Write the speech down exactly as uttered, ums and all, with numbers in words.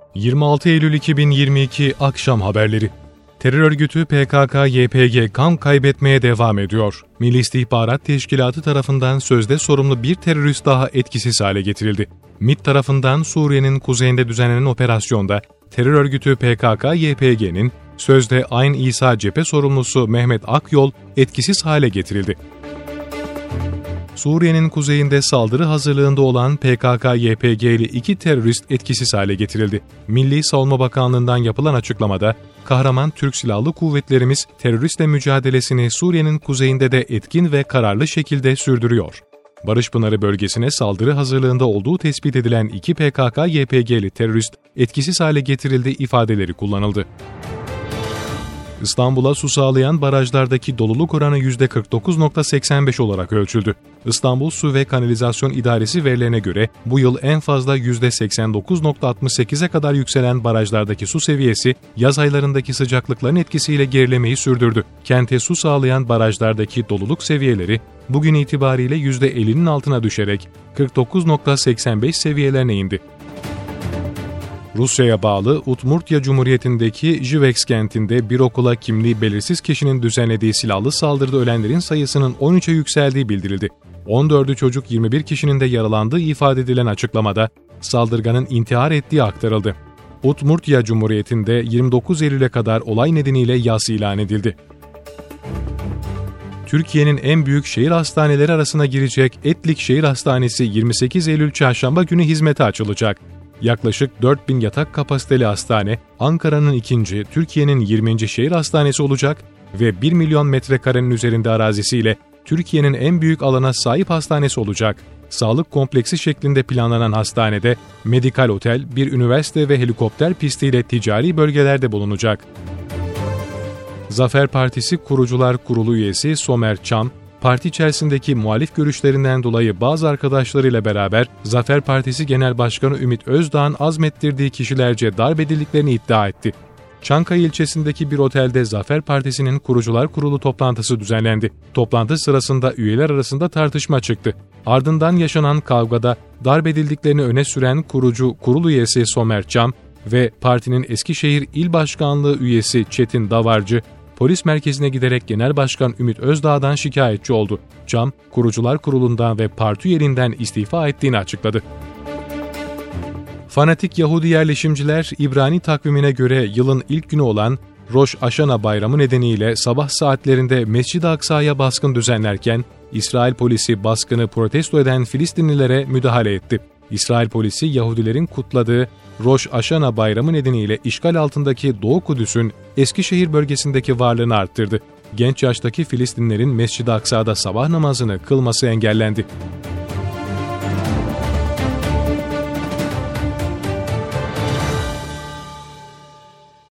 yirmi altı Eylül iki bin yirmi iki Akşam Haberleri. Terör örgütü P K K Y P G kan kaybetmeye devam ediyor. Milli İstihbarat Teşkilatı tarafından sözde sorumlu bir terörist daha etkisiz hale getirildi. MİT tarafından Suriye'nin kuzeyinde düzenlenen operasyonda terör örgütü P K K Y P G'nin sözde Ayn İsa cephe sorumlusu Mehmet Akyol etkisiz hale getirildi. Suriye'nin kuzeyinde saldırı hazırlığında olan P K K Y P G'li iki terörist etkisiz hale getirildi. Milli Savunma Bakanlığı'ndan yapılan açıklamada, kahraman Türk Silahlı Kuvvetlerimiz teröristle mücadelesini Suriye'nin kuzeyinde de etkin ve kararlı şekilde sürdürüyor. Barış Pınarı bölgesine saldırı hazırlığında olduğu tespit edilen iki P K K Y P G'li terörist etkisiz hale getirildi ifadeleri kullanıldı. İstanbul'a su sağlayan barajlardaki doluluk oranı yüzde kırk dokuz virgül seksen beş olarak ölçüldü. İstanbul Su ve Kanalizasyon İdaresi verilerine göre bu yıl en fazla yüzde seksen dokuz virgül altmış sekize kadar yükselen barajlardaki su seviyesi yaz aylarındaki sıcaklıkların etkisiyle gerilemeyi sürdürdü. Kente su sağlayan barajlardaki doluluk seviyeleri bugün itibariyle yüzde ellinin altına düşerek kırk dokuz virgül seksen beş seviyelerine indi. Rusya'ya bağlı Udmurtya Cumhuriyeti'ndeki Jiveks kentinde bir okula kimliği belirsiz kişinin düzenlediği silahlı saldırıda ölenlerin sayısının on üçe yükseldiği bildirildi. on dördü çocuk, yirmi bir kişinin de yaralandığı ifade edilen açıklamada saldırganın intihar ettiği aktarıldı. Udmurtya Cumhuriyeti'nde yirmi dokuz Eylül'e kadar olay nedeniyle yas ilan edildi. Türkiye'nin en büyük şehir hastaneleri arasına girecek Etlik Şehir Hastanesi yirmi sekiz Eylül Çarşamba günü hizmete açılacak. Yaklaşık dört bin yatak kapasiteli hastane, Ankara'nın ikinci, Türkiye'nin yirminci şehir hastanesi olacak ve bir milyon metrekarenin üzerinde arazisiyle Türkiye'nin en büyük alana sahip hastanesi olacak. Sağlık kompleksi şeklinde planlanan hastanede medikal otel, bir üniversite ve helikopter pistiyle ticari bölgelerde bulunacak. Zafer Partisi Kurucular Kurulu üyesi Somer Çam, parti içerisindeki muhalif görüşlerinden dolayı bazı arkadaşlarıyla beraber Zafer Partisi Genel Başkanı Ümit Özdağ'ın azmettirdiği kişilerce darp edildiklerini iddia etti. Çankaya ilçesindeki bir otelde Zafer Partisi'nin Kurucular Kurulu toplantısı düzenlendi. Toplantı sırasında üyeler arasında tartışma çıktı. Ardından yaşanan kavgada darp edildiklerini öne süren kurucu kurul üyesi Somer Çam ve partinin Eskişehir İl Başkanlığı üyesi Çetin Davarcı, polis merkezine giderek Genel Başkan Ümit Özdağ'dan şikayetçi oldu. Çam, Kurucular Kurulu'ndan ve parti üyeliğinden istifa ettiğini açıkladı. Fanatik Yahudi yerleşimciler, İbrani takvimine göre yılın ilk günü olan Rosh Hashanah bayramı nedeniyle sabah saatlerinde Mescid-i Aksa'ya baskın düzenlerken, İsrail polisi baskını protesto eden Filistinlilere müdahale etti. İsrail polisi Yahudilerin kutladığı Rosh Hashanah bayramı nedeniyle işgal altındaki Doğu Kudüs'ün Eskişehir bölgesindeki varlığını arttırdı. Genç yaştaki Filistinlilerin Mescid-i Aksa'da sabah namazını kılması engellendi.